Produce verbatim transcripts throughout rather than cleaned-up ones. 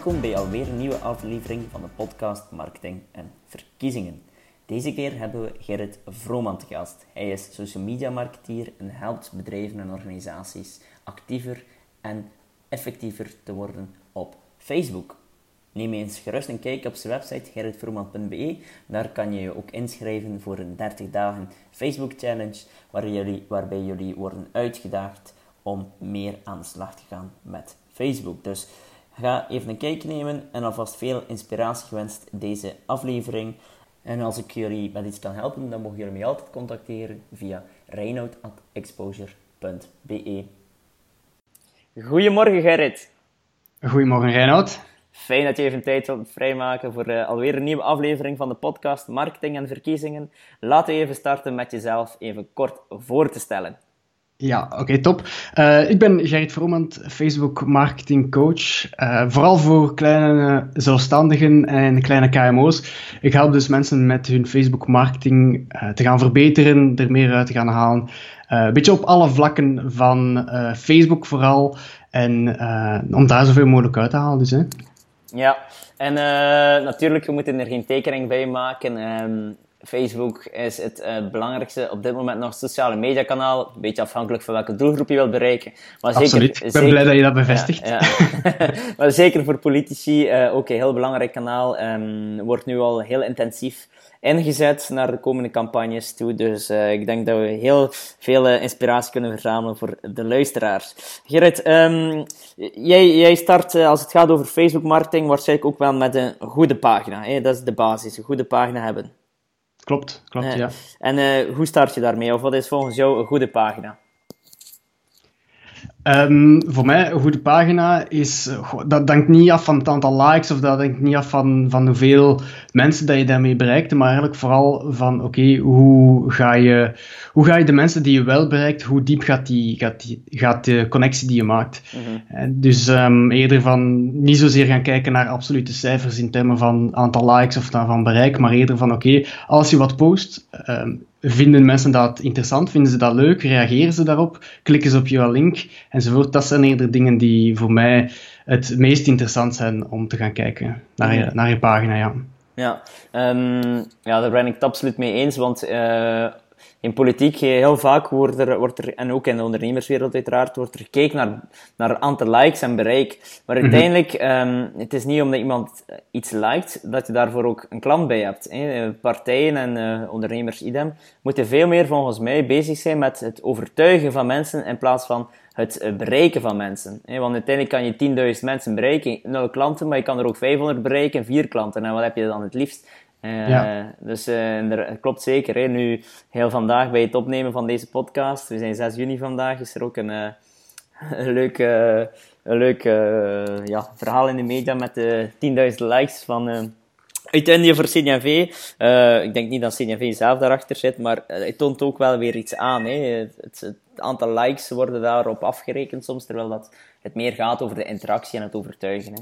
Welkom bij alweer een nieuwe aflevering van de podcast Marketing en Verkiezingen. Deze keer hebben we Gerrit Vrooman te gast. Hij is social media marketeer en helpt bedrijven en organisaties actiever en effectiever te worden op Facebook. Neem eens gerust een kijkje op zijn website gerrit vrooman punt b e. Daar kan je je ook inschrijven voor een dertig dagen Facebook Challenge waar jullie, waarbij jullie worden uitgedaagd om meer aan de slag te gaan met Facebook. Dus ga even een kijkje nemen en alvast veel inspiratie gewenst deze aflevering. En als ik jullie met iets kan helpen, dan mogen jullie mij altijd contacteren via reinoud at exposure punt b e. Goedemorgen Gerrit. Goedemorgen Reinoud. Fijn dat je even tijd wilt vrijmaken voor uh, alweer een nieuwe aflevering van de podcast Marketing en Verkiezingen. Laten we even starten met jezelf even kort voor te stellen. Ja, oké, okay, top. Uh, ik ben Gerrit Vrooman, Facebook marketing coach. Uh, vooral voor kleine zelfstandigen en kleine K M O's. Ik help dus mensen met hun Facebook marketing uh, te gaan verbeteren, er meer uit te gaan halen. Uh, een beetje op alle vlakken van uh, Facebook vooral. En uh, om daar zoveel mogelijk uit te halen dus, hè. Ja, en uh, natuurlijk, we moeten er geen tekening bij maken. Um, Facebook is het uh, belangrijkste op dit moment nog sociale mediakanaal. Een beetje afhankelijk van welke doelgroep je wilt bereiken. Maar Absoluut, zeker, ik ben zeker, blij dat je dat bevestigt. Ja, ja. Maar zeker voor politici uh, ook een heel belangrijk kanaal. Um, wordt nu al heel intensief ingezet naar de komende campagnes toe. Dus uh, ik denk dat we heel veel uh, inspiratie kunnen verzamelen voor de luisteraars. Gerrit, um, jij, jij start uh, als het gaat over Facebook marketing waarschijnlijk ook wel met een goede pagina. Hè? Dat is de basis, een goede pagina hebben. Klopt, klopt, uh, ja. En uh, hoe start je daarmee? Of wat is volgens jou een goede pagina? Um, voor mij, een goede pagina is... Goh, dat hangt niet af van het aantal likes of dat hangt niet af van, van hoeveel mensen dat je daarmee bereikt, maar eigenlijk vooral van, oké, okay, hoe ga je hoe ga je de mensen die je wel bereikt, hoe diep gaat, die, gaat, die, gaat de connectie die je maakt? Mm-hmm. Dus um, eerder van niet zozeer gaan kijken naar absolute cijfers in termen van aantal likes of van bereik, maar eerder van, oké, okay, als je wat post... Um, vinden mensen dat interessant? Vinden ze dat leuk? Reageren ze daarop? Klikken ze op jouw link? Enzovoort. Dat zijn eerder dingen die voor mij het meest interessant zijn om te gaan kijken naar je, naar je pagina. Ja, ja, um, ja daar ben ik het absoluut mee eens, want uh, in politiek heel vaak wordt er, wordt er, en ook in de ondernemerswereld uiteraard, wordt er gekeken naar, naar aantal likes en bereik. Maar uiteindelijk, mm-hmm. um, het is niet omdat iemand iets liked, dat je daarvoor ook een klant bij hebt. Hè. Partijen en uh, ondernemers idem moeten veel meer volgens mij bezig zijn met het overtuigen van mensen in plaats van het bereiken van mensen. Hè. Want uiteindelijk kan je tienduizend mensen bereiken, nul klanten, maar je kan er ook vijfhonderd bereiken, vier klanten. En wat heb je dan het liefst? Uh, ja. Dus uh, er, klopt zeker. Hè. Nu, heel vandaag bij het opnemen van deze podcast, we zijn zes juni vandaag, is er ook een, uh, een leuk, uh, een leuk uh, ja, verhaal in de media met uh, tienduizend likes van... Uh, uit Indië voor C N V. Uh, ik denk niet dat C N V zelf daarachter zit, maar uh, het toont ook wel weer iets aan. Hè. Het, het, het aantal likes worden daarop afgerekend soms, terwijl dat het meer gaat over de interactie en het overtuigen. Hè.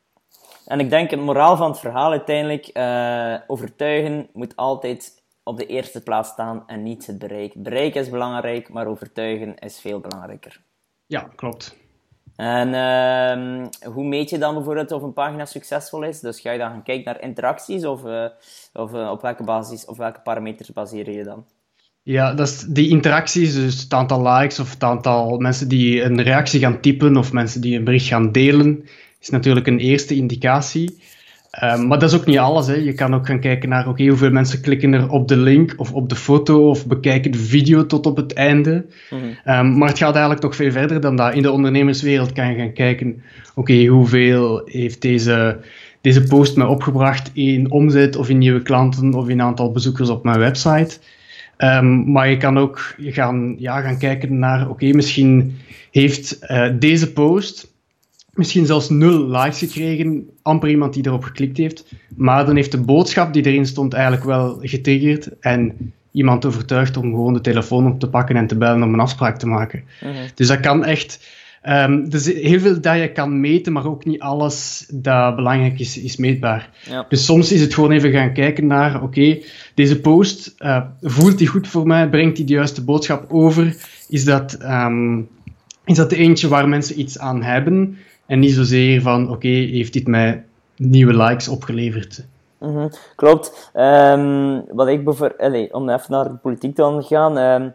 En ik denk, het moraal van het verhaal uiteindelijk, uh, overtuigen moet altijd op de eerste plaats staan en niet het bereik. Bereik is belangrijk, maar overtuigen is veel belangrijker. Ja, klopt. En uh, hoe meet je dan bijvoorbeeld of een pagina succesvol is? Dus ga je dan gaan kijken naar interacties of, uh, of uh, op welke basis of welke parameters baseer je dan? Ja, dat is die interacties, dus het aantal likes of het aantal mensen die een reactie gaan typen of mensen die een bericht gaan delen, is natuurlijk een eerste indicatie. Um, maar dat is ook niet alles. Hè. Je kan ook gaan kijken naar okay, hoeveel mensen klikken er op de link of op de foto of bekijken de video tot op het einde. Mm-hmm. Um, maar het gaat eigenlijk nog veel verder dan dat. In de ondernemerswereld kan je gaan kijken, oké, okay, hoeveel heeft deze, deze post mij opgebracht in omzet of in nieuwe klanten of in aantal bezoekers op mijn website. Um, maar je kan ook gaan, ja, gaan kijken naar, oké, okay, misschien heeft uh, deze post... misschien zelfs nul likes gekregen, amper iemand die erop geklikt heeft. Maar dan heeft de boodschap die erin stond eigenlijk wel getriggerd en iemand overtuigd om gewoon de telefoon op te pakken en te bellen om een afspraak te maken. Mm-hmm. Dus dat kan echt... Um, er is heel veel dat je kan meten, maar ook niet alles dat belangrijk is, is meetbaar. Ja. Dus soms is het gewoon even gaan kijken naar, oké, okay, deze post, uh, voelt die goed voor mij? Brengt die de juiste boodschap over? Is dat, um, is dat de eentje waar mensen iets aan hebben? En niet zozeer van, oké, okay, heeft dit mij nieuwe likes opgeleverd? Mm-hmm, klopt. Um, wat ik bevoor... Allez, om even naar de politiek te gaan... Um,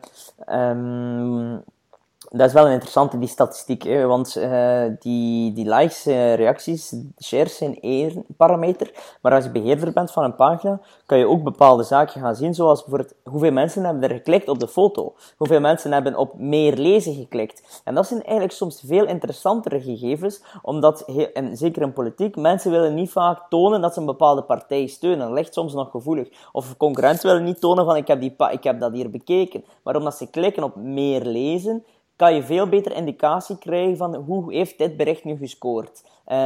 um, dat is wel een interessante, die statistiek. Hè? Want uh, die, die likes, uh, reacties, shares zijn één parameter. Maar als je beheerder bent van een pagina, kan je ook bepaalde zaken gaan zien. Zoals bijvoorbeeld, hoeveel mensen hebben er geklikt op de foto? Hoeveel mensen hebben op meer lezen geklikt? En dat zijn eigenlijk soms veel interessantere gegevens. Omdat, en zeker in politiek, mensen willen niet vaak tonen dat ze een bepaalde partij steunen. Dat ligt soms nog gevoelig. Of concurrenten willen niet tonen van, ik heb, die pa- ik heb dat hier bekeken. Maar omdat ze klikken op meer lezen, kan je veel beter indicatie krijgen van hoe heeft dit bericht nu gescoord.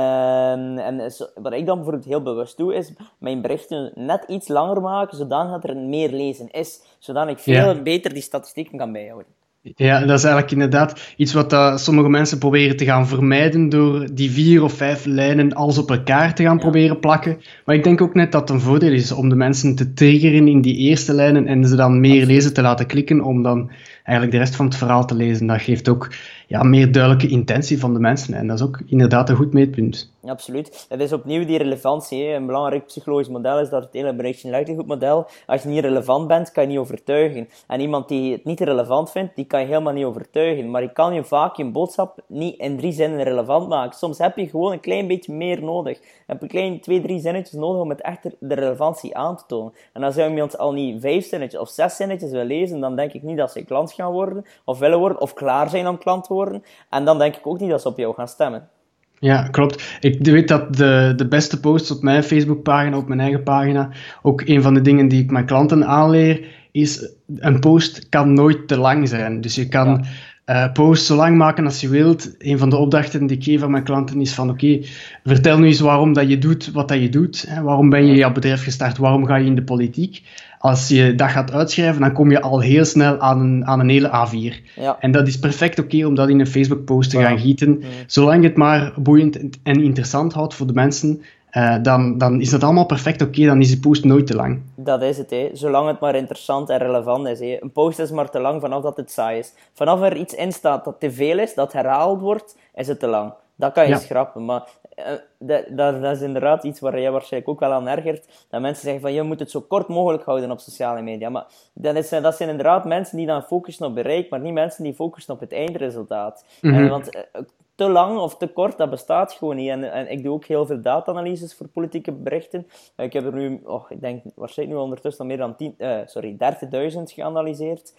Um, en zo, wat ik dan bijvoorbeeld heel bewust doe, is mijn berichten net iets langer maken, zodat er meer lezen is. Zodat ik veel ja. beter die statistieken kan bijhouden. Ja, dat is eigenlijk inderdaad iets wat uh, sommige mensen proberen te gaan vermijden door die vier of vijf lijnen alles op elkaar te gaan ja. proberen plakken. Maar ik denk ook net dat het een voordeel is om de mensen te triggeren in die eerste lijnen en ze dan meer lezen te laten klikken om dan eigenlijk de rest van het verhaal te lezen. Dat geeft ook ja, meer duidelijke intentie van de mensen en dat is ook inderdaad een goed meetpunt. Ja, absoluut. Het is opnieuw die relevantie. Hè. Een belangrijk psychologisch model is dat het hele Bereiktion Likelihood model. Als je niet relevant bent, kan je niet overtuigen. En iemand die het niet relevant vindt, die kan je helemaal niet overtuigen. Maar je kan je vaak je boodschap niet in drie zinnen relevant maken. Soms heb je gewoon een klein beetje meer nodig. Je hebt een klein twee, drie zinnetjes nodig om het echt de relevantie aan te tonen. En als iemand al niet vijf zinnetjes of zes zinnetjes wil lezen, dan denk ik niet dat ze klant gaan worden, of willen worden, of klaar zijn om klant te worden. En dan denk ik ook niet dat ze op jou gaan stemmen. Ja, klopt. Ik weet dat de, de beste posts op mijn Facebookpagina, op mijn eigen pagina, ook een van de dingen die ik mijn klanten aanleer, is een post kan nooit te lang zijn. Dus je kan ja. uh, posts zo lang maken als je wilt. Een van de opdrachten die ik geef aan mijn klanten is van oké, okay, vertel nu eens waarom dat je doet wat dat je doet. Hè? Waarom ben je jouw bedrijf gestart? Waarom ga je in de politiek? Als je dat gaat uitschrijven, dan kom je al heel snel aan een, aan een hele A vier. Ja. En dat is perfect oké okay om dat in een Facebook-post te ja. gaan gieten. Mm. Zolang je het maar boeiend en interessant houdt voor de mensen, uh, dan, dan is dat allemaal perfect oké. Okay, dan is die post nooit te lang. Dat is het, hè. Zolang het maar interessant en relevant is. Hè. Een post is maar te lang vanaf dat het saai is. Vanaf er iets in staat dat te veel is, dat herhaald wordt, is het te lang. Dat kan je ja. schrappen, maar uh, dat, dat, dat is inderdaad iets waar jij waarschijnlijk ook wel aan ergert. Dat mensen zeggen van, je moet het zo kort mogelijk houden op sociale media. Maar dat, is, dat zijn inderdaad mensen die dan focussen op bereik, maar niet mensen die focussen op het eindresultaat. Mm-hmm. Uh, want uh, te lang of te kort, dat bestaat gewoon niet. En, en ik doe ook heel veel data-analyses voor politieke berichten. Uh, ik heb er nu, oh, ik denk waarschijnlijk nu ondertussen al meer dan tien, uh, sorry, dertigduizend geanalyseerd.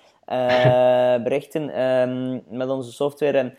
Uh, berichten um, met onze software. En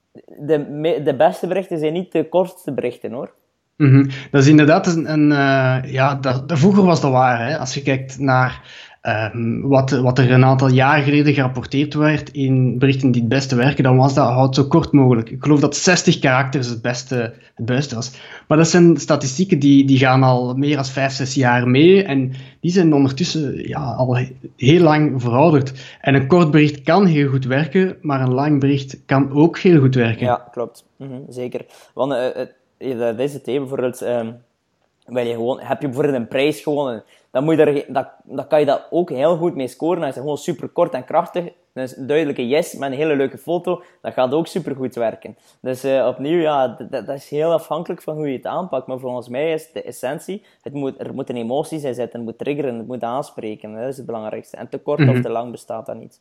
De, de beste berichten zijn niet de kortste berichten, hoor. Mm-hmm. Dat is inderdaad een... een uh, ja, dat, vroeger was dat waar, hè. Als je kijkt naar um, wat, wat er een aantal jaar geleden gerapporteerd werd in berichten die het beste werken, dan was dat, houd zo kort mogelijk. Ik geloof dat zestig karakters het beste, het beste was. Maar dat zijn statistieken die, die gaan al meer dan vijf, zes jaar mee en die zijn ondertussen ja, al heel lang verouderd. En een kort bericht kan heel goed werken, maar een lang bericht kan ook heel goed werken. Ja, klopt. Mm-hmm, zeker. Want uh, uh, dat is het, hè. Bijvoorbeeld, uh, wil je gewoon, heb je bijvoorbeeld een prijs gewonnen, dan, moet je er, dat, dan kan je dat ook heel goed mee scoren. Dat is gewoon super kort en krachtig. Dus een duidelijke yes met een hele leuke foto, dat gaat ook super goed werken. Dus uh, opnieuw, ja, d- dat is heel afhankelijk van hoe je het aanpakt. Maar volgens mij is de essentie, het moet, er moeten emoties in zitten, het moet triggeren, het moet aanspreken. Dat is het belangrijkste. En te kort mm-hmm. of te lang bestaat dat niet.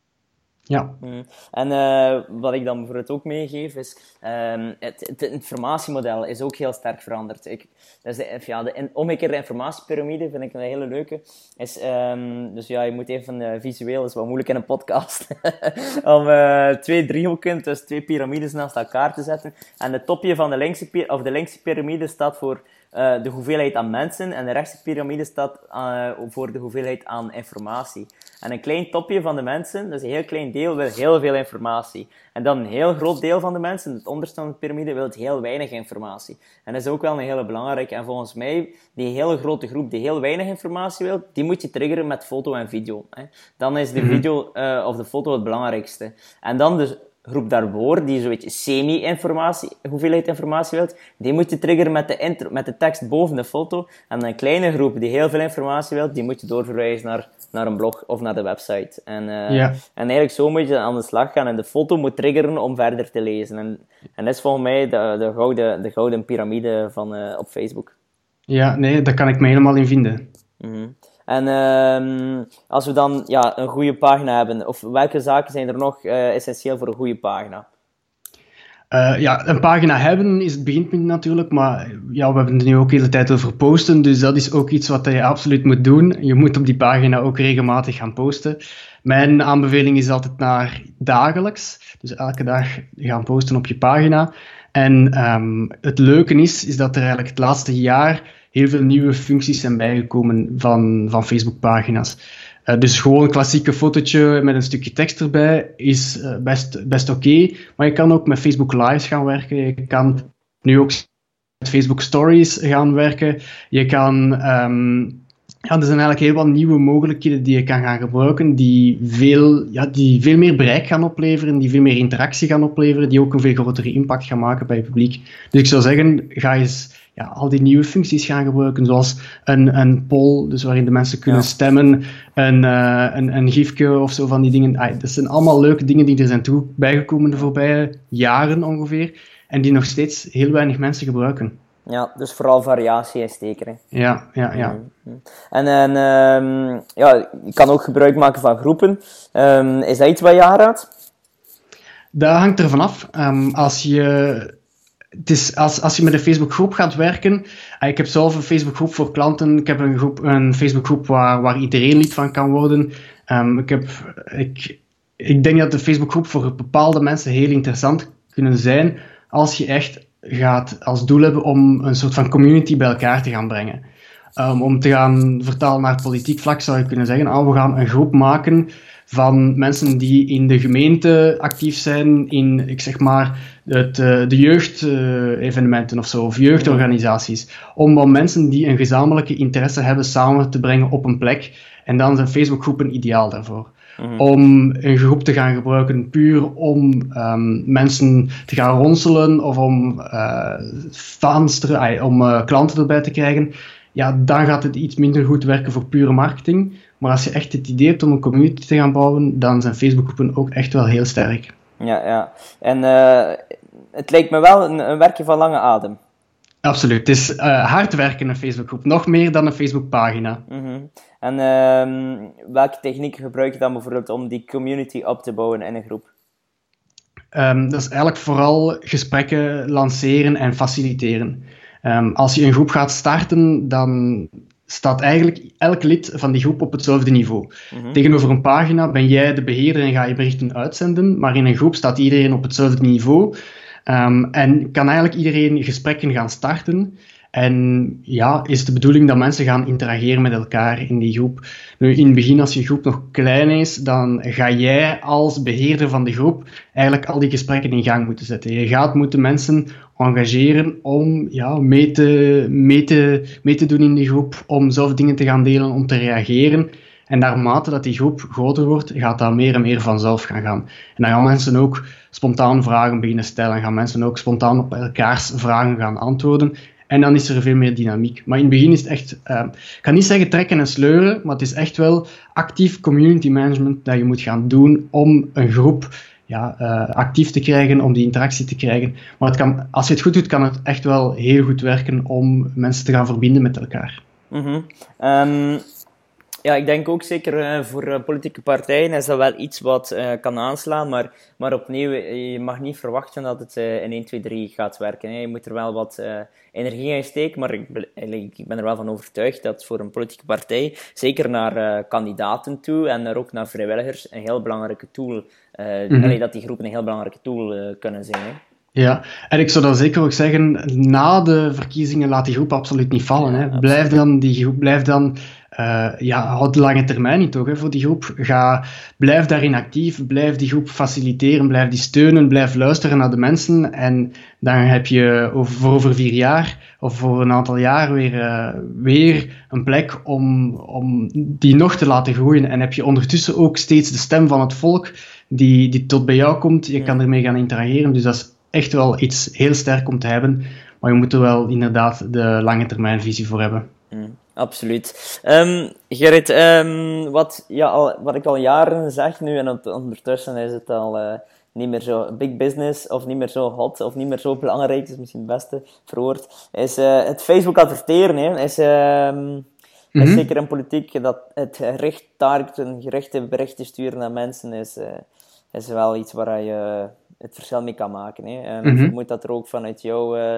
Ja. Mm. En uh, wat ik dan bijvoorbeeld ook meegeef is, um, het, het informatiemodel is ook heel sterk veranderd. Ik, dus de, ja, de omgekeerde informatiepiramide vind ik een hele leuke. Is, um, dus ja, je moet even uh, visueel, dat is wel moeilijk in een podcast, om uh, twee driehoeken, dus twee piramides naast elkaar te zetten. En het topje van de linkse, of de linkse piramide staat voor Uh, de hoeveelheid aan mensen en de rechtse piramide staat uh, voor de hoeveelheid aan informatie. En een klein topje van de mensen, dus een heel klein deel, wil heel veel informatie. En dan een heel groot deel van de mensen, het onderste van de piramide, wil heel weinig informatie. En dat is ook wel een hele belangrijke. En volgens mij, die hele grote groep die heel weinig informatie wil, die moet je triggeren met foto en video. Hè. Dan is de video uh, of de foto het belangrijkste. En dan dus groep daarvoor, die zo'n beetje semi-informatie, hoeveelheid informatie wilt, die moet je triggeren met de, intro, met de tekst boven de foto. En een kleine groep die heel veel informatie wilt, die moet je doorverwijzen naar, naar een blog of naar de website. En, uh, ja. en eigenlijk zo moet je aan de slag gaan en de foto moet triggeren om verder te lezen. En, en dat is volgens mij de, de, gouden, de gouden piramide van, uh, op Facebook. Ja, nee, daar kan ik me helemaal in vinden. Mm-hmm. En uh, als we dan ja, een goede pagina hebben, of welke zaken zijn er nog uh, essentieel voor een goede pagina? Uh, ja, een pagina hebben is het beginpunt natuurlijk, maar ja, we hebben het nu ook de hele tijd over posten, dus dat is ook iets wat je absoluut moet doen. Je moet op die pagina ook regelmatig gaan posten. Mijn aanbeveling is altijd naar dagelijks, dus elke dag gaan posten op je pagina. En um, het leuke is, is dat er eigenlijk het laatste jaar heel veel nieuwe functies zijn bijgekomen van, van Facebook-pagina's. Uh, dus gewoon een klassieke fotootje met een stukje tekst erbij is uh, best, best oké. Okay. Maar je kan ook met Facebook Lives gaan werken. Je kan nu ook met Facebook Stories gaan werken. Je kan... Um, ja, er zijn eigenlijk heel wat nieuwe mogelijkheden die je kan gaan gebruiken, die veel, ja, die veel meer bereik gaan opleveren, die veel meer interactie gaan opleveren, die ook een veel grotere impact gaan maken bij het publiek. Dus ik zou zeggen, ga eens ja, al die nieuwe functies gaan gebruiken, zoals een, een poll, dus waarin de mensen kunnen ja. stemmen, een, uh, een, een gifje of zo van die dingen. Ah, dat zijn allemaal leuke dingen die er zijn toe bijgekomen de voorbije jaren ongeveer, en die nog steeds heel weinig mensen gebruiken. Ja, dus vooral variatie is zeker. Hè. Ja, ja, ja. Mm-hmm. En, en um, ja, je kan ook gebruik maken van groepen. Um, is dat iets wat je aanraadt? Dat hangt er vanaf. Um, als je... Het is als, als je met een Facebookgroep gaat werken, ik heb zelf een Facebookgroep voor klanten, ik heb een, groep, een Facebookgroep waar, waar iedereen lid van kan worden. Um, ik, heb, ik, ik denk dat de Facebookgroep voor bepaalde mensen heel interessant kunnen zijn als je echt gaat als doel hebben om een soort van community bij elkaar te gaan brengen. Um, om te gaan vertalen naar politiek vlak zou je kunnen zeggen, oh, we gaan een groep maken van mensen die in de gemeente actief zijn, in, ik zeg maar, het, uh, de jeugdevenementen uh, of zo, of jeugdorganisaties. Om wat mensen die een gezamenlijke interesse hebben samen te brengen op een plek. En dan zijn Facebookgroepen ideaal daarvoor. Mm-hmm. Om een groep te gaan gebruiken puur om um, mensen te gaan ronselen of om, uh, fans te, uh, om uh, klanten erbij te krijgen. Ja, dan gaat het iets minder goed werken voor pure marketing. Maar als je echt het idee hebt om een community te gaan bouwen, dan zijn Facebookgroepen ook echt wel heel sterk. Ja, ja. En uh, het lijkt me wel een, een werkje van lange adem. Absoluut. Het is uh, hard werken, een Facebookgroep. Nog meer dan een Facebookpagina. Mm-hmm. En uh, welke technieken gebruik je dan bijvoorbeeld om die community op te bouwen in een groep? Um, dat is eigenlijk vooral gesprekken lanceren en faciliteren. Um, als je een groep gaat starten, dan staat eigenlijk elk lid van die groep op hetzelfde niveau. Mm-hmm. Tegenover een pagina ben jij de beheerder en ga je berichten uitzenden, maar in een groep staat iedereen op hetzelfde niveau. Um, en kan eigenlijk iedereen gesprekken gaan starten. En ja, is de bedoeling dat mensen gaan interageren met elkaar in die groep. Nu, in het begin, als je groep nog klein is, dan ga jij als beheerder van de groep eigenlijk al die gesprekken in gang moeten zetten. Je gaat moeten mensen engageren om ja, mee, te, mee, te, mee te doen in die groep, om zelf dingen te gaan delen, om te reageren. En naarmate dat die groep groter wordt, gaat dat meer en meer vanzelf gaan gaan. En dan gaan mensen ook spontaan vragen beginnen stellen. Gaan mensen ook spontaan op elkaars vragen gaan antwoorden. En dan is er veel meer dynamiek. Maar in het begin is het echt, uh, ik kan niet zeggen trekken en sleuren, maar het is echt wel actief community management dat je moet gaan doen om een groep ja, uh, actief te krijgen, om die interactie te krijgen. Maar het kan, als je het goed doet, kan het echt wel heel goed werken om mensen te gaan verbinden met elkaar. Mm-hmm. Um... Ja, ik denk ook zeker uh, voor uh, politieke partijen is dat wel iets wat uh, kan aanslaan, maar, maar opnieuw, je mag niet verwachten dat het uh, in één, twee, drie gaat werken. Hè. Je moet er wel wat uh, energie in steken, maar ik, ik ben er wel van overtuigd dat voor een politieke partij, zeker naar uh, kandidaten toe en er ook naar vrijwilligers, een heel belangrijke tool, uh, mm-hmm. allee, dat die groepen een heel belangrijke tool uh, kunnen zijn. Hè. Ja, en ik zou dan zeker ook zeggen, na de verkiezingen laat die groep absoluut niet vallen. Ja, hè. Blijf dan, die groep, blijf dan uh, ja, houd de lange termijn niet toch, hè, voor die groep. Ga, blijf daarin actief, blijf die groep faciliteren, blijf die steunen, blijf luisteren naar de mensen. En dan heb je over, voor over vier jaar of voor een aantal jaar weer, uh, weer een plek om, om die nog te laten groeien. En heb je ondertussen ook steeds de stem van het volk die, die tot bij jou komt. Je kan ermee gaan interageren, dus dat is echt wel iets heel sterk om te hebben. Maar je moet er wel inderdaad de lange termijn visie voor hebben. Mm, absoluut. Um, Gerrit, um, wat, ja, al, wat ik al jaren zeg nu, en ondertussen is het al uh, niet meer zo big business, of niet meer zo hot, of niet meer zo belangrijk, dat is misschien het beste verwoord, is uh, het Facebook adverteren. Hè, is, uh, mm-hmm. is zeker in politiek, dat het gericht targeten, gerichte berichten sturen naar mensen, is, uh, is wel iets waar je... Uh, het verschil mee kan maken. Hè. En mm-hmm. ik vermoed dat er ook vanuit jouw uh,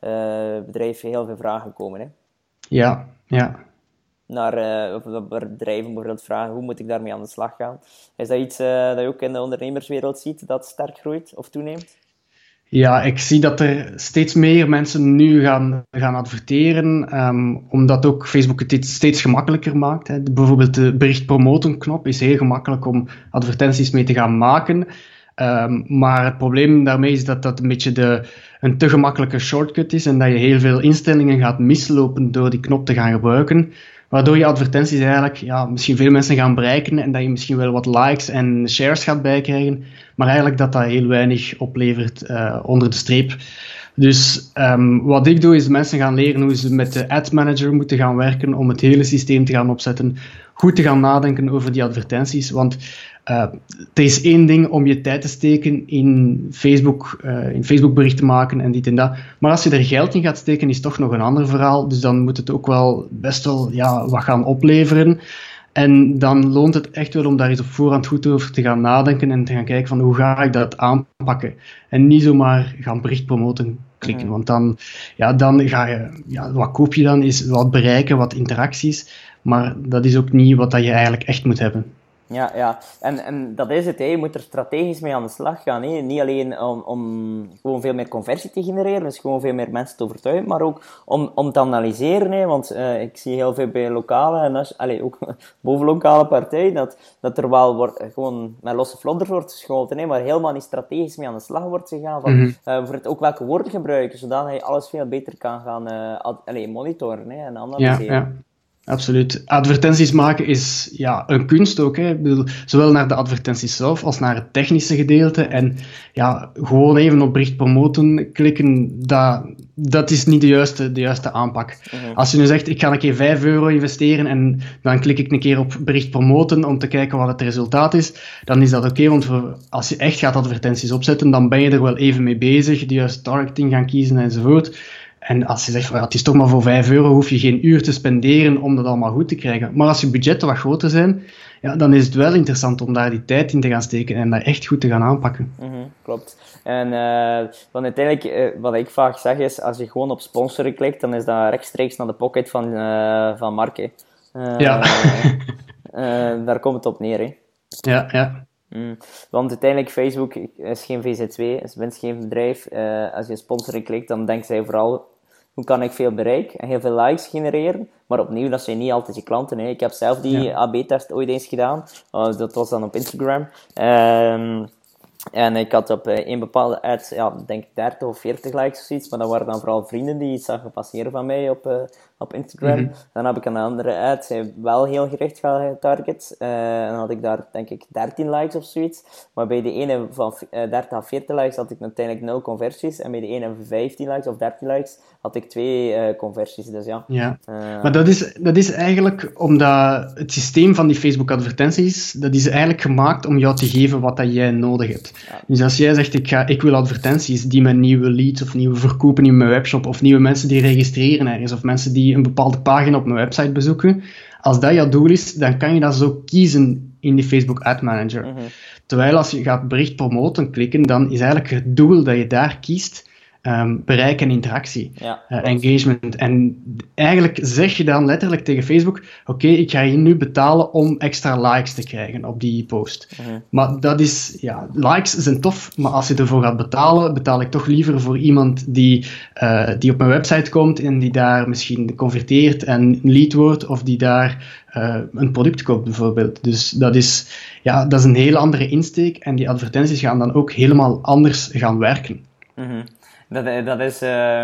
uh, bedrijf heel veel vragen komen. Hè. Ja, ja. Naar uh, bedrijven bijvoorbeeld vragen, hoe moet ik daarmee aan de slag gaan? Is dat iets uh, dat je ook in de ondernemerswereld ziet, dat sterk groeit of toeneemt? Ja, ik zie dat er steeds meer mensen nu gaan, gaan adverteren, um, omdat ook Facebook het steeds gemakkelijker maakt. Hè. Bijvoorbeeld de bericht promoten knop is heel gemakkelijk om advertenties mee te gaan maken. Um, maar het probleem daarmee is dat dat een beetje de, een te gemakkelijke shortcut is en dat je heel veel instellingen gaat mislopen door die knop te gaan gebruiken, waardoor je advertenties eigenlijk ja, misschien veel mensen gaan bereiken en dat je misschien wel wat likes en shares gaat bijkrijgen, maar eigenlijk dat dat heel weinig oplevert uh, onder de streep. Dus um, wat ik doe is mensen gaan leren hoe ze met de ad manager moeten gaan werken om het hele systeem te gaan opzetten, goed te gaan nadenken over die advertenties, want Uh, er is één ding om je tijd te steken in Facebook, uh, in Facebook berichten maken en dit en dat. Maar als je er geld in gaat steken, is toch nog een ander verhaal. Dus dan moet het ook wel best wel ja, wat gaan opleveren. En dan loont het echt wel om daar eens op voorhand goed over te gaan nadenken en te gaan kijken van hoe ga ik dat aanpakken. En niet zomaar gaan bericht promoten klikken. Want dan, ja, dan ga je, ja, wat koop je dan? Is wat bereiken, wat interacties. Maar dat is ook niet wat dat je eigenlijk echt moet hebben. Ja, ja. En, en dat is het, hè. Je moet er strategisch mee aan de slag gaan. Hè. Niet alleen om, om gewoon veel meer conversie te genereren, dus gewoon veel meer mensen te overtuigen, maar ook om, om te analyseren. Hè. Want uh, ik zie heel veel bij lokale, en allez, ook bovenlokale partijen, dat, dat er wel wordt, gewoon met losse vlodders wordt geschoten, hè, maar helemaal niet strategisch mee aan de slag wordt gegaan. Van, mm-hmm. uh, voor het ook welke woorden gebruiken, zodat je alles veel beter kan gaan uh, ad, allez, monitoren hè, en analyseren. Ja, ja. Absoluut. Advertenties maken is ja, een kunst ook. Hè. Ik bedoel, zowel naar de advertenties zelf als naar het technische gedeelte. En ja, gewoon even op bericht promoten klikken, dat, dat is niet de juiste, de juiste aanpak. Mm-hmm. Als je nu zegt, ik ga een keer vijf euro investeren en dan klik ik een keer op bericht promoten om te kijken wat het resultaat is, dan is dat oké. Okay, want voor, als je echt gaat advertenties opzetten, dan ben je er wel even mee bezig, de juiste targeting gaan kiezen enzovoort. En als je zegt, ja, het is toch maar voor vijf euro, hoef je geen uur te spenderen om dat allemaal goed te krijgen. Maar als je budgetten wat groter zijn, ja, dan is het wel interessant om daar die tijd in te gaan steken en dat echt goed te gaan aanpakken. Mm-hmm, klopt. En uh, want uiteindelijk, uh, wat ik vaak zeg is, als je gewoon op sponsoren klikt, dan is dat rechtstreeks naar de pocket van, uh, van Mark. Uh, ja. uh, uh, daar komt het op neer. Hè. Ja, ja. Mm. Want uiteindelijk, Facebook is geen V Z twee, is winstgevend bedrijf. Uh, als je sponsoring klikt, dan denkt zij vooral, hoe kan ik veel bereik en heel veel likes genereren? Maar opnieuw, dat zijn niet altijd je klanten. Hè. Ik heb zelf die ja. A B-test ooit eens gedaan. Uh, dat was dan op Instagram. Um, en ik had op uh, een bepaalde ad, ja, denk ik dertig of veertig likes of zoiets. Maar dat waren dan vooral vrienden die iets zagen passeren van mij op, uh, op Instagram. Mm-hmm. Dan heb ik een andere ad, zij wel heel gericht getarget. Uh, en dan had ik daar, denk ik, dertien likes of zoiets. Maar bij de ene van uh, dertig à veertig likes had ik uiteindelijk nul conversies. En bij de ene vijftien likes of dertien likes had ik twee uh, conversies. Dus ja. ja. Uh, maar dat is, dat is eigenlijk omdat het systeem van die Facebook-advertenties, dat is eigenlijk gemaakt om jou te geven wat dat jij nodig hebt. Ja. Dus als jij zegt, ik, ga, ik wil advertenties die met nieuwe leads of nieuwe verkopen in mijn webshop of nieuwe mensen die registreren ergens of mensen die een bepaalde pagina op mijn website bezoeken, als dat jouw doel is, dan kan je dat zo kiezen in die Facebook Ad Manager. Mm-hmm. Terwijl als je gaat bericht promoten klikken, dan is eigenlijk het doel dat je daar kiest Um, bereik en interactie, ja, uh, engagement. En eigenlijk zeg je dan letterlijk tegen Facebook, oké, okay, ik ga je nu betalen om extra likes te krijgen op die post. Uh-huh. Maar dat is, ja, likes zijn tof, maar als je ervoor gaat betalen, betaal ik toch liever voor iemand die, uh, die op mijn website komt en die daar misschien converteert en een lead wordt, of die daar uh, een product koopt bijvoorbeeld. Dus dat is, ja, dat is een hele andere insteek en die advertenties gaan dan ook helemaal anders gaan werken. Uh-huh. Dat, dat is uh,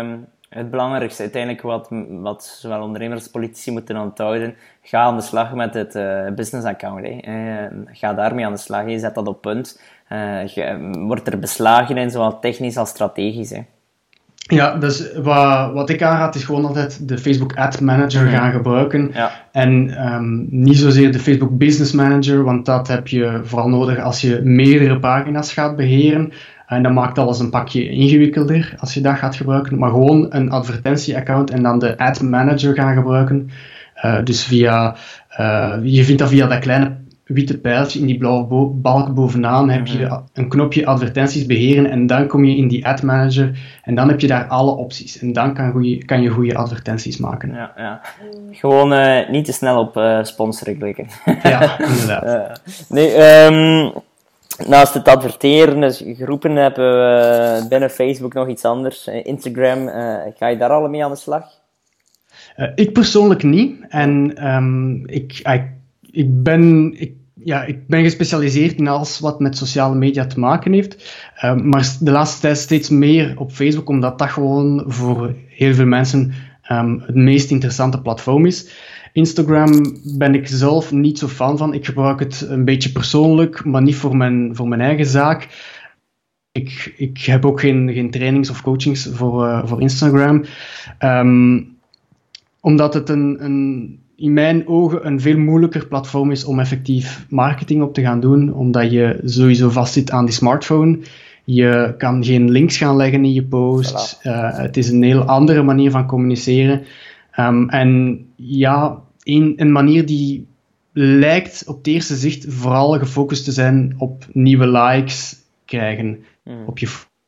Het belangrijkste, uiteindelijk wat, wat zowel ondernemers als politici moeten onthouden, ga aan de slag met het uh, business account. Hè. Uh, ga daarmee aan de slag, je zet dat op punt. Uh, je, wordt er beslagen in, zowel technisch als strategisch. Hè. Ja, dus wat, wat ik aanraad is gewoon altijd de Facebook Ad Manager mm-hmm. gaan gebruiken. Ja. En um, niet zozeer de Facebook Business Manager, want dat heb je vooral nodig als je meerdere pagina's gaat beheren. En dat maakt alles een pakje ingewikkelder als je dat gaat gebruiken. Maar gewoon een advertentie-account en dan de Ad Manager gaan gebruiken. Uh, dus via, uh, je vindt dat via dat kleine witte pijltje in die blauwe bo- balk bovenaan heb je een knopje advertenties beheren en dan kom je in die Ad Manager en dan heb je daar alle opties. En dan kan, goeie, kan je goede advertenties maken. Ja, ja. Gewoon uh, niet te snel op uh, sponsoren klikken. Ja, inderdaad. uh, nee, um... Naast het adverteren, dus groepen, hebben we binnen Facebook nog iets anders. Instagram, uh, ga je daar al mee aan de slag? Uh, ik persoonlijk niet. En um, ik, ik, ik, ben, ik, ja, ik ben gespecialiseerd in alles wat met sociale media te maken heeft. Uh, maar de laatste tijd steeds meer op Facebook, omdat dat gewoon voor heel veel mensen um, het meest interessante platform is. Instagram ben ik zelf niet zo fan van. Ik gebruik het een beetje persoonlijk, maar niet voor mijn, voor mijn eigen zaak. Ik, ik heb ook geen, geen trainings of coachings voor, uh, voor Instagram. Um, omdat het een, een, in mijn ogen een veel moeilijker platform is om effectief marketing op te gaan doen. Omdat je sowieso vastzit aan die smartphone. Je kan geen links gaan leggen in je post. Uh, het is een heel andere manier van communiceren. Um, en ja, een, een manier die lijkt op het eerste zicht vooral gefocust te zijn op nieuwe likes krijgen mm. op je.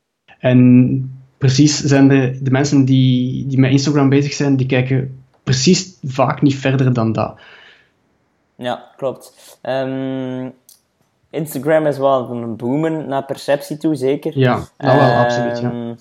En precies zijn de, de mensen die, die met Instagram bezig zijn, die kijken precies vaak niet verder dan dat. Ja, klopt. Um, Instagram is wel een boomen naar perceptie toe, zeker. Ja, dat wel, um, absoluut. Ja.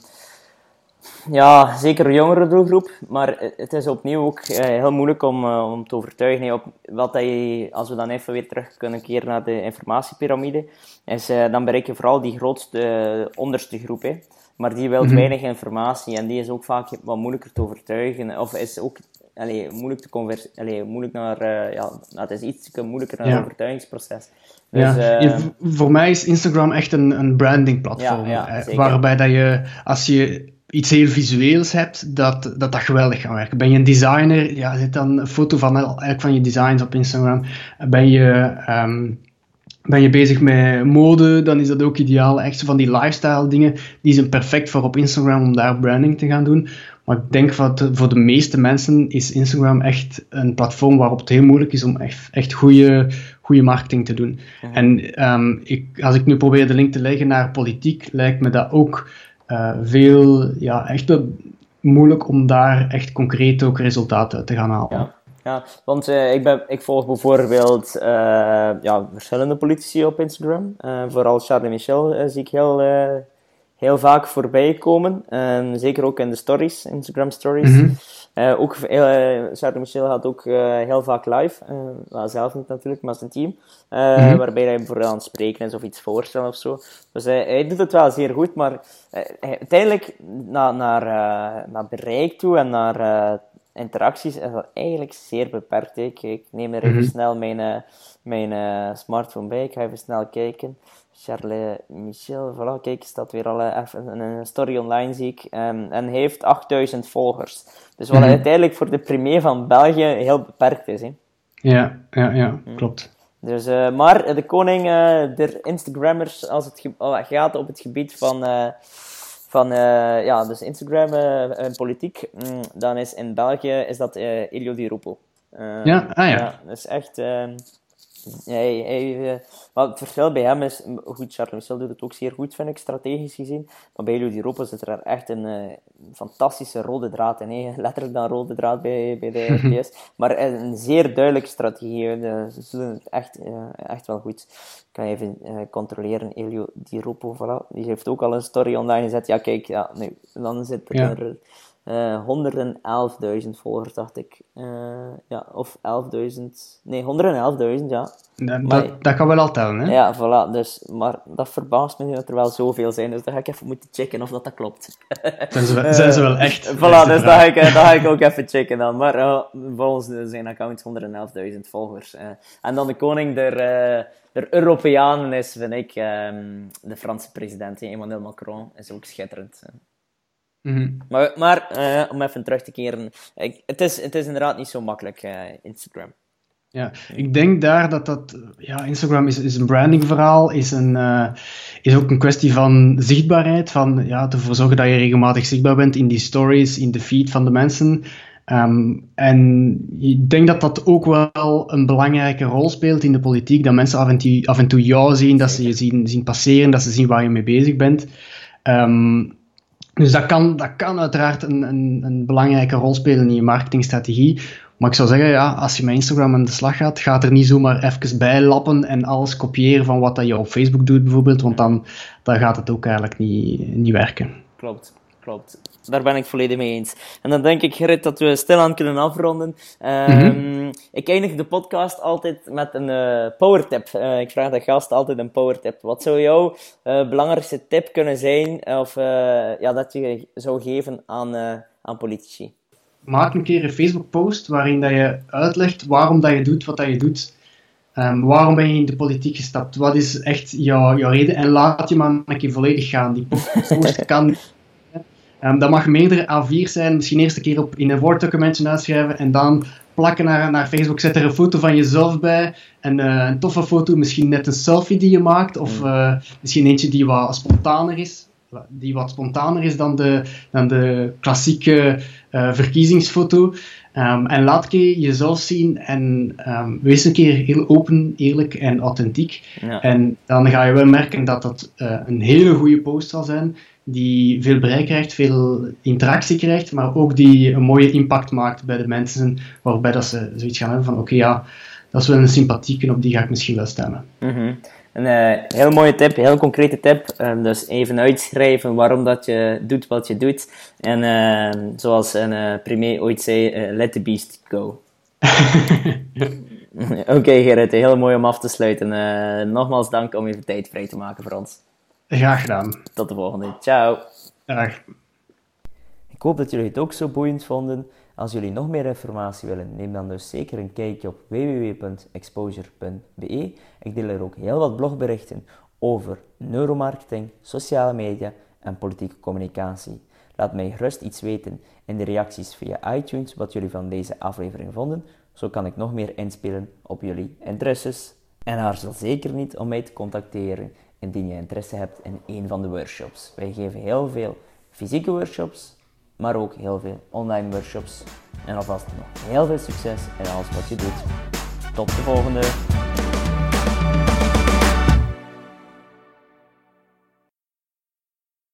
Ja, zeker een jongere doelgroep, maar het is opnieuw ook uh, heel moeilijk om, uh, om te overtuigen. Hey, op wat dat je, als we dan even weer terug kunnen keren naar de informatiepyramide, is, uh, dan bereik je vooral die grootste, uh, onderste groep. Hè. Maar die wil mm-hmm. weinig informatie en die is ook vaak wat moeilijker te overtuigen. Of is ook allee, moeilijk te conversen. Allee, moeilijk naar, uh, ja, het is iets moeilijker naar ja. het overtuigingsproces. Dus, ja. uh, ja, voor mij is Instagram echt een, een branding platform. Ja, ja, waarbij dat je, als je iets heel visueels hebt, dat, dat dat geweldig kan werken. Ben je een designer, ja, zet dan een foto van elk van je designs op Instagram. Ben je, um, ben je bezig met mode, dan is dat ook ideaal. Echt zo van die lifestyle dingen, die zijn perfect voor op Instagram om daar branding te gaan doen. Maar ik denk dat voor de meeste mensen is Instagram echt een platform waarop het heel moeilijk is om echt, echt goede, goede marketing te doen. Ja. En um, ik, als ik nu probeer de link te leggen naar politiek, lijkt me dat ook Uh, veel, ja, echt moeilijk om daar echt concreet ook resultaten uit te gaan halen. Ja, ja want uh, ik, ben, ik volg bijvoorbeeld uh, ja, verschillende politici op Instagram. Uh, vooral Charles Michel uh, zie ik heel, uh, heel vaak voorbij komen. Um, zeker ook in de stories, Instagram stories. Mm-hmm. Uh, ook, uh, Charles Michel gaat ook uh, heel vaak live. Uh, well, zelf niet natuurlijk, maar zijn team. Uh, mm-hmm. Waarbij hij bijvoorbeeld aan het spreken is of iets voorstellen of zo. Dus uh, hij doet het wel zeer goed, maar uh, uiteindelijk na, naar, uh, naar bereik toe en naar uh, interacties is dat eigenlijk zeer beperkt. Ik, ik neem er even mm-hmm. snel mijn, uh, mijn uh, smartphone bij, ik ga even snel kijken. Charles Michel, voilà, kijk, staat weer al even een story online, zie ik. Um, en hij heeft achtduizend volgers. Dus wat mm-hmm. uiteindelijk voor de premier van België heel beperkt is. Hè. Ja, ja, ja, klopt. Dus, uh, maar de koning uh, der Instagrammers, als het ge- oh, gaat op het gebied van, uh, van uh, ja, dus Instagram uh, en politiek, mm, dan is in België is dat uh, Elio Di Rupo. Uh, ja, ah ja. ja. Dat is echt... Uh, Hij, hij, uh, maar het verschil bij hem is, goed, Charles Michel doet het ook zeer goed, vind ik, strategisch gezien. Maar bij Elio Di Rupo zit er echt een uh, fantastische rode draad in. Hè? Letterlijk dan rode draad bij, bij de R T S. Maar een zeer duidelijke strategie. De, ze doen het echt, uh, echt wel goed. Ik kan even uh, controleren. Elio Di Rupo, voilà. Die heeft ook al een story online gezet. Ja, kijk, ja, nu, dan zit er... Ja. uh, honderdelfduizend volgers, dacht ik. Uh, ja, of elfduizend... Nee, honderdelfduizend, ja. Dat, maar, dat, dat kan wel al tellen, hè? Ja, voilà. Dus, maar dat verbaast me nu dat er wel zoveel zijn. Dus dan ga ik even moeten checken of dat, dat klopt. Zijn ze, wel, zijn ze wel echt? Uh, voilà, dus dat ga, ik, dat ga ik ook even checken dan. Maar uh, volgens zijn account honderdelfduizend volgers. Uh, en dan de koning der, uh, der Europeanen is, vind ik, um, de Franse president. Emmanuel Macron is ook schitterend. Uh. Mm-hmm. Maar, maar uh, om even terug te keren, ik, het, is, het is inderdaad niet zo makkelijk, uh, Instagram. Ja, ik denk daar dat dat... Ja, Instagram is, is een brandingverhaal, is, een, uh, is ook een kwestie van zichtbaarheid, van ja, ervoor zorgen dat je regelmatig zichtbaar bent in die stories, in de feed van de mensen. Um, en ik denk dat dat ook wel een belangrijke rol speelt in de politiek, dat mensen af en toe, af en toe jou zien, dat ze je zien, zien passeren, dat ze zien waar je mee bezig bent. Um, dus dat kan, dat kan uiteraard een, een, een belangrijke rol spelen in je marketingstrategie. Maar ik zou zeggen, ja, als je met Instagram aan de slag gaat, ga er niet zomaar even bij lappen en alles kopiëren van wat dat je op Facebook doet bijvoorbeeld, want dan, dan gaat het ook eigenlijk niet, niet werken. Klopt, klopt. Daar ben ik volledig mee eens. En dan denk ik, Gerrit, dat we stilaan kunnen afronden. Um, mm-hmm. Ik eindig de podcast altijd met een uh, powertip. Uh, ik vraag de gast altijd een powertip. Wat zou jouw uh, belangrijkste tip kunnen zijn, of uh, ja, dat je zou geven aan, uh, aan politici? Maak een keer een Facebook-post waarin dat je uitlegt waarom dat je doet wat dat je doet. Um, waarom ben je in de politiek gestapt? Wat is echt jouw, jouw reden? En laat je maar een keer volledig gaan. Die post kan... Um, dat mag meerdere A vier zijn. Misschien eerst een keer op, in een Word-documentje uitschrijven en dan plakken naar, naar Facebook. Zet er een foto van jezelf bij. En, uh, een toffe foto. Misschien net een selfie die je maakt. Of uh, misschien eentje die wat spontaner is. Die wat spontaner is dan de, dan de klassieke uh, verkiezingsfoto. Um, en laat een keer jezelf zien en um, wees een keer heel open, eerlijk en authentiek. Ja. En dan ga je wel merken dat dat uh, een hele goede post zal zijn, die veel bereik krijgt, veel interactie krijgt, maar ook die een mooie impact maakt bij de mensen, waarbij dat ze zoiets gaan hebben van oké, okay, ja, dat is wel een sympathieke, en op die ga ik misschien wel stemmen. Mm-hmm. Een uh, heel mooie tip, heel concrete tip. Um, dus even uitschrijven waarom dat je doet wat je doet. En uh, zoals een uh, premier ooit zei, uh, let the beast go. Oké, okay, Gerrit, heel mooi om af te sluiten. Uh, nogmaals dank om even tijd vrij te maken voor ons. Graag gedaan. Tot de volgende. Ciao. Dag. Ik hoop dat jullie het ook zo boeiend vonden. Als jullie nog meer informatie willen, neem dan dus zeker een kijkje op w w w punt exposure punt b e. Ik deel er ook heel wat blogberichten over neuromarketing, sociale media en politieke communicatie. Laat mij gerust iets weten in de reacties via iTunes wat jullie van deze aflevering vonden. Zo kan ik nog meer inspelen op jullie interesses. En aarzel zeker niet om mij te contacteren indien je interesse hebt in een van de workshops. Wij geven heel veel fysieke workshops, maar ook heel veel online workshops. En alvast nog heel veel succes in alles wat je doet. Tot de volgende!